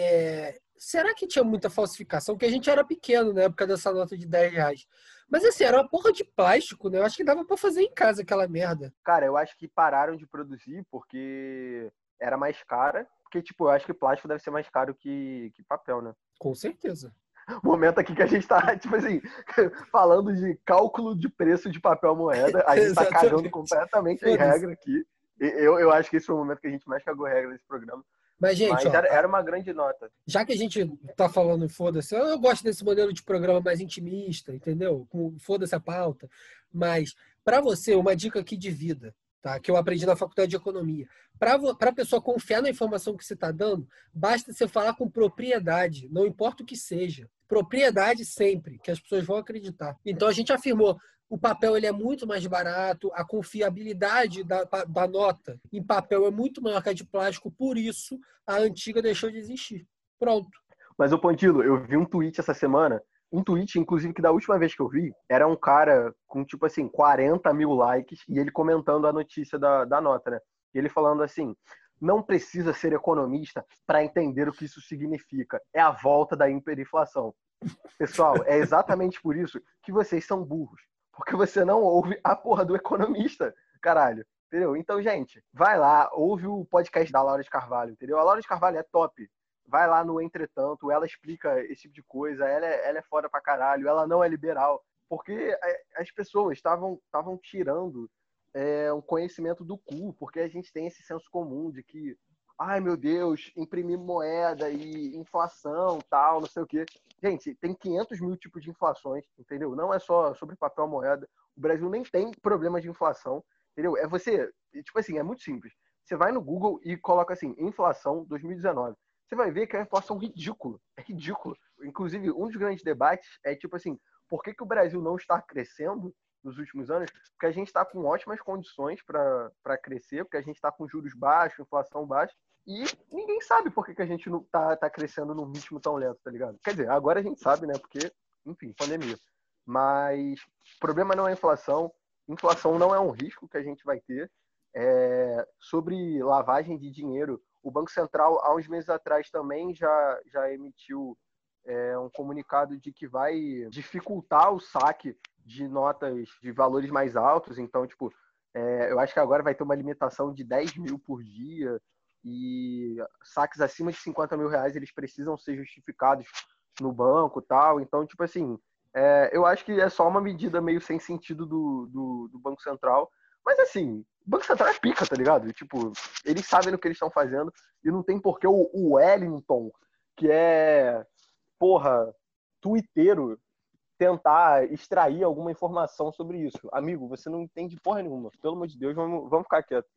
Será que tinha muita falsificação? Porque a gente era pequeno na época dessa nota de R$10. Mas assim, era uma porra de plástico, né? Eu acho que dava pra fazer em casa aquela merda. Cara, eu acho que pararam de produzir porque era mais cara. Porque, tipo, eu acho que plástico deve ser mais caro que papel, né? Com certeza. Momento aqui que a gente tá, tipo assim, falando de cálculo de preço de papel moeda. A gente tá cagando completamente em regra aqui. Eu acho que esse foi o momento que a gente mais cagou regra nesse programa. Mas, gente, era uma grande nota. Já que a gente tá falando foda-se, eu gosto desse modelo de programa mais intimista, entendeu? Com foda-se a pauta. Mas, para você, uma dica aqui de vida, tá? Que eu aprendi na faculdade de economia. Para a pessoa confiar na informação que você está dando, basta você falar com propriedade, não importa o que seja. Propriedade sempre, que as pessoas vão acreditar. Então, a gente afirmou, o papel ele é muito mais barato, a confiabilidade da nota em papel é muito maior que a de plástico, por isso a antiga deixou de existir. Pronto. Mas, ô Pontilo, eu vi um tweet essa semana, um tweet, inclusive, que da última vez que eu vi, era um cara com, tipo assim, 40 mil likes, e ele comentando a notícia da nota, né? E ele falando assim, não precisa ser economista para entender o que isso significa. É a volta da hiperinflação. Pessoal, é exatamente por isso que vocês são burros. Porque você não ouve a porra do economista, caralho. Entendeu? Então, gente, vai lá, ouve o podcast da Laura de Carvalho, entendeu? A Laura de Carvalho é top. Vai lá no Entretanto, ela explica esse tipo de coisa, ela é foda pra caralho, ela não é liberal. Porque as pessoas estavam tirando um conhecimento do cu, porque a gente tem esse senso comum de que, ai meu Deus, imprimir moeda e inflação, tal, não sei o quê. Gente, tem 500 mil tipos de inflações, entendeu? Não é só sobre papel moeda. O Brasil nem tem problema de inflação, entendeu? Tipo assim, é muito simples. Você vai no Google e coloca assim, inflação 2019. Você vai ver que é uma inflação ridícula. É ridículo. Inclusive, um dos grandes debates é tipo assim, por que o Brasil não está crescendo nos últimos anos? Porque a gente está com ótimas condições para crescer, porque a gente está com juros baixos, inflação baixa, e ninguém sabe por que a gente não tá crescendo num ritmo tão lento, tá ligado? Quer dizer, agora a gente sabe, né? Porque, enfim, pandemia. Mas o problema não é a inflação. Inflação não é um risco que a gente vai ter. Sobre lavagem de dinheiro, o Banco Central, há uns meses atrás, também já emitiu um comunicado de que vai dificultar o saque de notas de valores mais altos. Então, tipo, eu acho que agora vai ter uma limitação de 10 mil por dia, e saques acima de 50 mil reais eles precisam ser justificados no banco e tal. Então, tipo assim, eu acho que é só uma medida meio sem sentido do Banco Central. Mas assim, o Banco Central é pica, tá ligado? Tipo, eles sabem o que eles estão fazendo e não tem por que o Wellington, que é, porra, tuiteiro, tentar extrair alguma informação sobre isso. Amigo, você não entende porra nenhuma. Pelo amor de Deus, vamos ficar quietos.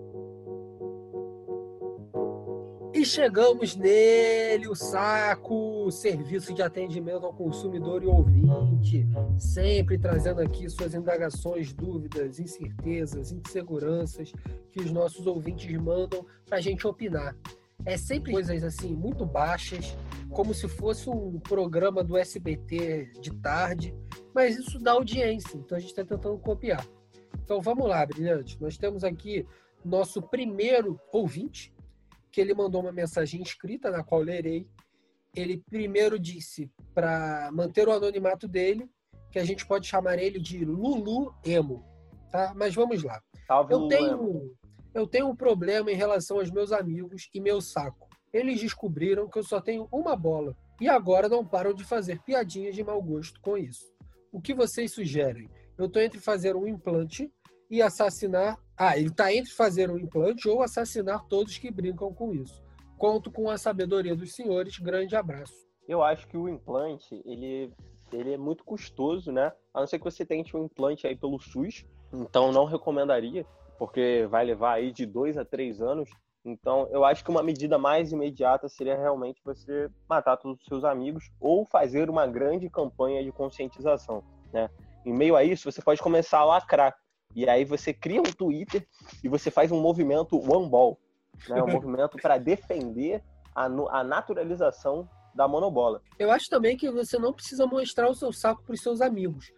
E chegamos nele, o Saco, serviço de atendimento ao consumidor e ouvinte, sempre trazendo aqui suas indagações, dúvidas, incertezas, inseguranças que os nossos ouvintes mandam para a gente opinar. É sempre coisas assim, muito baixas, como se fosse um programa do SBT de tarde, mas isso dá audiência, então a gente está tentando copiar. Então vamos lá, brilhante. Nós temos aqui nosso primeiro ouvinte, que ele mandou uma mensagem escrita, na qual lerei. Ele primeiro disse, para manter o anonimato dele, que a gente pode chamar ele de Lulu Emo, tá? Mas vamos lá. Salve, Eu tenho um problema em relação aos meus amigos e meu saco. Eles descobriram que eu só tenho uma bola e agora não param de fazer piadinhas de mau gosto com isso. O que vocês sugerem? Eu estou entre fazer um implante e assassinar... ele está entre fazer um implante ou assassinar todos que brincam com isso. Conto com a sabedoria dos senhores. Grande abraço. Eu acho que o implante, ele é muito custoso, né? A não ser que você tente um implante aí pelo SUS. Então, não recomendaria, porque vai levar aí de 2 a 3 anos. Então, eu acho que uma medida mais imediata seria realmente você matar todos os seus amigos ou fazer uma grande campanha de conscientização, né? Em meio a isso, você pode começar a lacrar. E aí você cria um Twitter e você faz um movimento One Ball, né? Um movimento para defender a naturalização da monobola. Eu acho também que você não precisa mostrar o seu saco para os seus amigos.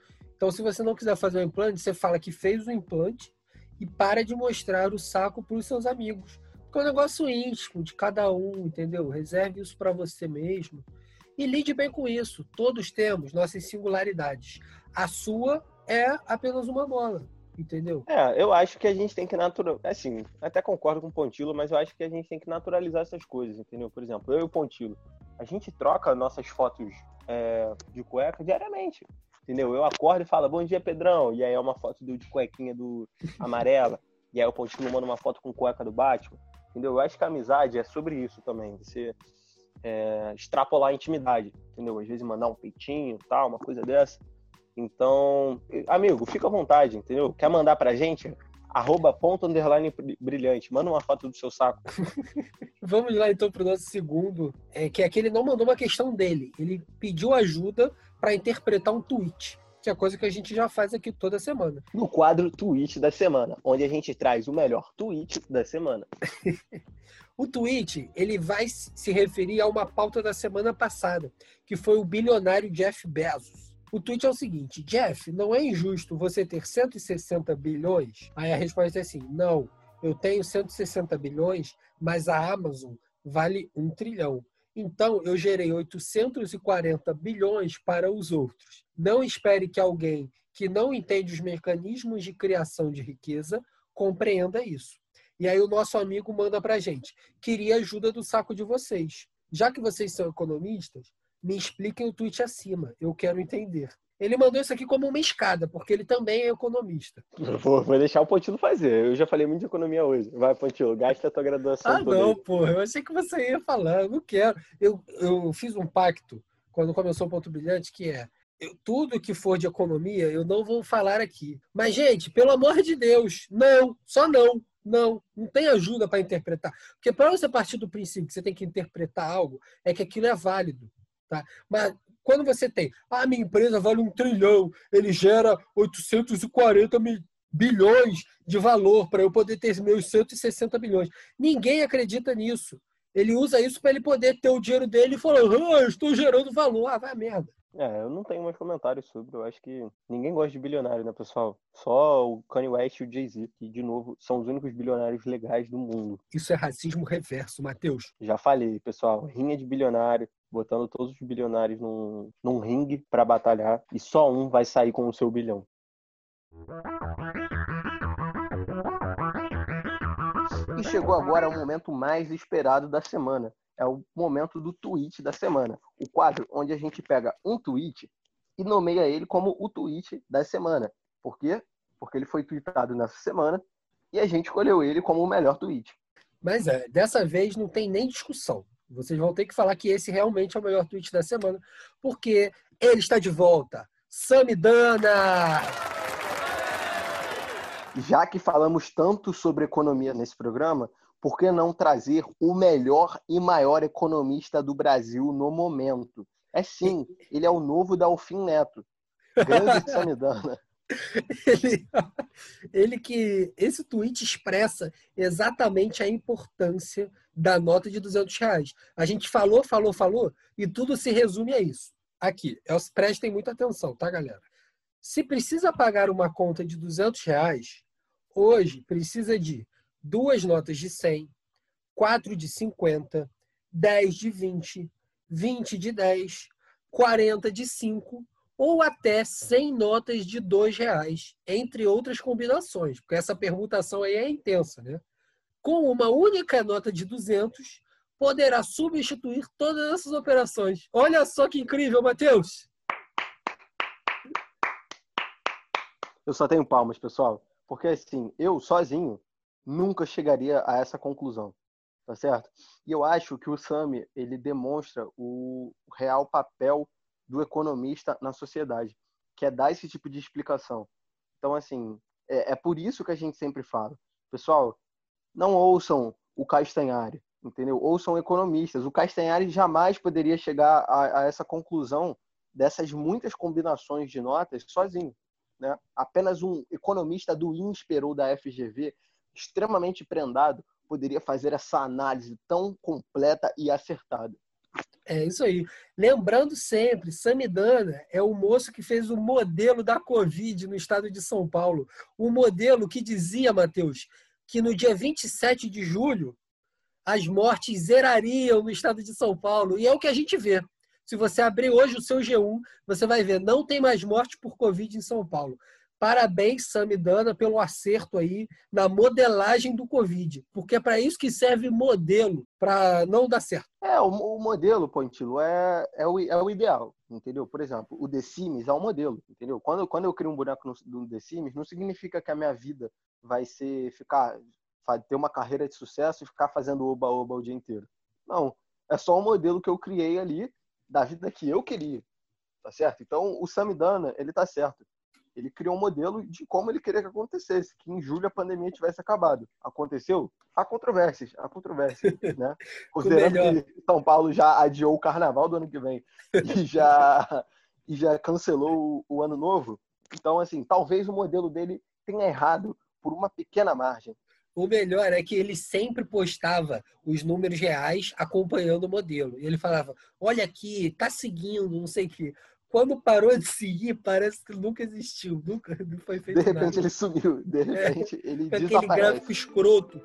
Então, se você não quiser fazer o implante, você fala que fez o implante e para de mostrar o saco para os seus amigos. Porque é um negócio íntimo de cada um, entendeu? Reserve isso para você mesmo. E lide bem com isso. Todos temos nossas singularidades. A sua é apenas uma bola, entendeu? Eu acho que a gente tem que naturalizar. Assim, até concordo com o Pontilo, mas eu acho que a gente tem que naturalizar essas coisas, entendeu? Por exemplo, eu e o Pontilo, a gente troca nossas fotos de cueca diariamente, entendeu? Eu acordo e falo, bom dia, Pedrão. E aí é uma foto de cuequinha do amarela. E aí o Pontilo manda uma foto com cueca do Batman, entendeu? Eu acho que a amizade é sobre isso também. Você extrapolar a intimidade, entendeu? Às vezes mandar um peitinho, tal, uma coisa dessa. Então, amigo, fica à vontade, entendeu? Quer mandar pra gente? @ponto_brilhante. Manda uma foto do seu saco. Vamos lá então para o nosso segundo, que é que ele não mandou uma questão dele. Ele pediu ajuda para interpretar um tweet, que é coisa que a gente já faz aqui toda semana. No quadro Tweet da Semana, onde a gente traz o melhor tweet da semana. O tweet, ele vai se referir a uma pauta da semana passada, que foi o bilionário Jeff Bezos. O tweet é o seguinte: Jeff, não é injusto você ter 160 bilhões? Aí a resposta é assim: não, eu tenho 160 bilhões, mas a Amazon vale 1 trilhão. Então, eu gerei 840 bilhões para os outros. Não espere que alguém que não entende os mecanismos de criação de riqueza compreenda isso. E aí o nosso amigo manda pra gente: queria ajuda do saco de vocês. Já que vocês são economistas, me expliquem o tweet acima. Eu quero entender. Ele mandou isso aqui como uma escada, porque ele também é economista. Vou deixar o Pontilo fazer. Eu já falei muito de economia hoje. Vai, Pontilo, gasta a tua graduação toda. Não, porra. Eu achei que você ia falar. Eu não quero. Eu fiz um pacto quando começou o Ponto Brilhante, que é: tudo que for de economia, eu não vou falar aqui. Mas, gente, pelo amor de Deus, não. Só não. Não tem ajuda para interpretar. Porque para você partir do princípio que você tem que interpretar algo, é que aquilo é válido. Tá? Mas quando você tem, minha empresa vale 1 trilhão, ele gera 840 bilhões de valor para eu poder ter meus 160 bilhões. Ninguém acredita nisso. Ele usa isso para ele poder ter o dinheiro dele e falar: eu estou gerando valor. Vai a merda. Eu não tenho mais comentários sobre. Eu acho que ninguém gosta de bilionário, né, pessoal? Só o Kanye West e o Jay-Z, que, de novo, são os únicos bilionários legais do mundo. Isso é racismo reverso, Matheus. Já falei, pessoal. Rinha de bilionário, botando todos os bilionários num ringue para batalhar, e só um vai sair com o seu bilhão. E chegou agora o momento mais esperado da semana. É o momento do tweet da semana. O quadro onde a gente pega um tweet e nomeia ele como o tweet da semana. Por quê? Porque ele foi tweetado nessa semana e a gente escolheu ele como o melhor tweet. Mas dessa vez não tem nem discussão. Vocês vão ter que falar que esse realmente é o melhor tweet da semana, porque ele está de volta. Samidana! Já que falamos tanto sobre economia nesse programa, por que não trazer o melhor e maior economista do Brasil no momento? Sim, ele é o novo Dalfin Neto. Grande Samidana. Esse tweet expressa exatamente a importância da nota de R$200. A gente falou, e tudo se resume a isso. Aqui, prestem muita atenção, tá, galera? Se precisa pagar uma conta de R$200, hoje precisa de 2 notas de 100, 4 de 50, 10 de 20, 20 de 10, 40 de 5 ou até 100 notas de R$2, entre outras combinações, porque essa permutação aí é intensa, né? Com uma única nota de 200, poderá substituir todas essas operações. Olha só que incrível, Matheus! Eu só tenho palmas, pessoal, porque assim, eu sozinho nunca chegaria a essa conclusão, tá certo? E eu acho que o Sami, ele demonstra o real papel do economista na sociedade, que é dar esse tipo de explicação. Então, assim, é por isso que a gente sempre fala, pessoal, não ouçam o Castanhari, entendeu? Ouçam economistas. O Castanhari jamais poderia chegar a essa conclusão dessas muitas combinações de notas sozinho, né? Apenas um economista do INSPER ou da FGV, extremamente prendado, poderia fazer essa análise tão completa e acertada. É isso aí. Lembrando sempre, Samidana é o moço que fez o modelo da Covid no estado de São Paulo. O modelo que dizia, Matheus, que no dia 27 de julho as mortes zerariam no estado de São Paulo. E é o que a gente vê. Se você abrir hoje o seu G1, você vai ver, não tem mais morte por Covid em São Paulo. Parabéns, Samidana, pelo acerto aí na modelagem do Covid. Porque é para isso que serve modelo, para não dar certo. O modelo, Pontilo, é o ideal, entendeu? Por exemplo, o The Sims é um modelo, entendeu? Quando eu crio um boneco no The Sims, não significa que a minha vida vai ser ter uma carreira de sucesso e ficar fazendo oba-oba o dia inteiro. Não, é só um modelo que eu criei ali da vida que eu queria, tá certo? Então, o Samidana, ele tá certo. Ele criou um modelo de como ele queria que acontecesse, que em julho a pandemia tivesse acabado. Aconteceu? Há controvérsias, né? Considerando que São Paulo já adiou o carnaval do ano que vem e já cancelou o ano novo. Então, assim, talvez o modelo dele tenha errado por uma pequena margem. O melhor é que ele sempre postava os números reais acompanhando o modelo. E ele falava, olha aqui, tá seguindo, não sei o quê. Quando parou de seguir, parece que nunca existiu, nunca não foi feito nada. De repente ele sumiu, de repente ele desaparece. Aquele gráfico escroto.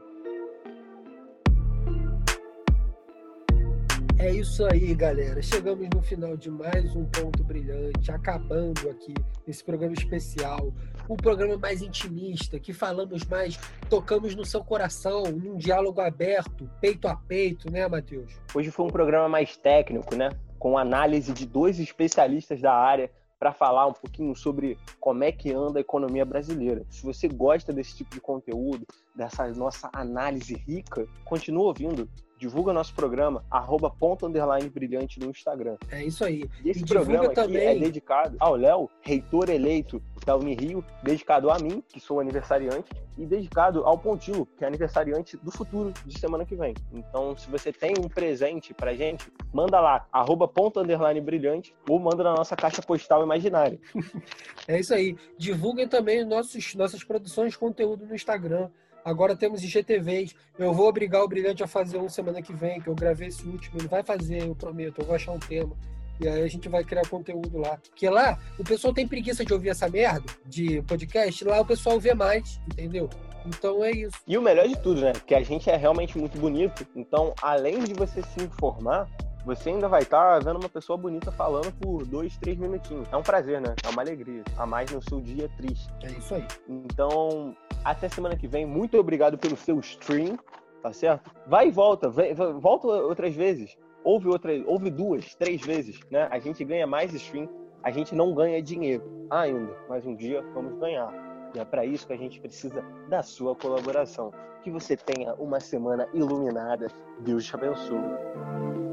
É isso aí, galera. Chegamos no final de mais um Ponto Brilhante, acabando aqui esse programa especial, um programa mais intimista, que falamos mais, tocamos no seu coração, num diálogo aberto, peito a peito, né, Matheus? Hoje foi um programa mais técnico, né? Com análise de 2 especialistas da área para falar um pouquinho sobre como é que anda a economia brasileira. Se você gosta desse tipo de conteúdo, dessa nossa análise rica, continua ouvindo. Divulga nosso programa, @ponto_brilhante no Instagram. É isso aí. E esse programa aqui é dedicado ao Léo, reitor eleito da Unirio, dedicado a mim, que sou aniversariante, e dedicado ao Pontilo, que é aniversariante do futuro, de semana que vem. Então, se você tem um presente pra gente, manda lá, @ponto_brilhante, ou manda na nossa caixa postal imaginária. É isso aí. Divulguem também nossas produções de conteúdo no Instagram. Agora temos IGTVs. Eu vou obrigar o Brilhante a fazer um semana que vem, que eu gravei esse último. Ele vai fazer, eu prometo. Eu vou achar um tema. E aí a gente vai criar conteúdo lá. Porque lá, o pessoal tem preguiça de ouvir essa merda de podcast. Lá o pessoal vê mais, entendeu? Então é isso. E o melhor de tudo, né? Que a gente é realmente muito bonito. Então, além de você se informar, você ainda vai estar vendo uma pessoa bonita falando por 2, 3 minutinhos. É um prazer, né? É uma alegria. A mais no seu dia triste. É isso aí. Então, até semana que vem. Muito obrigado pelo seu stream, tá certo? Vai e volta. Volta outras vezes. Ouve 2, 3 vezes, né? A gente ganha mais stream. A gente não ganha dinheiro ainda. Mas um dia vamos ganhar. E é para isso que a gente precisa da sua colaboração. Que você tenha uma semana iluminada. Deus te abençoe.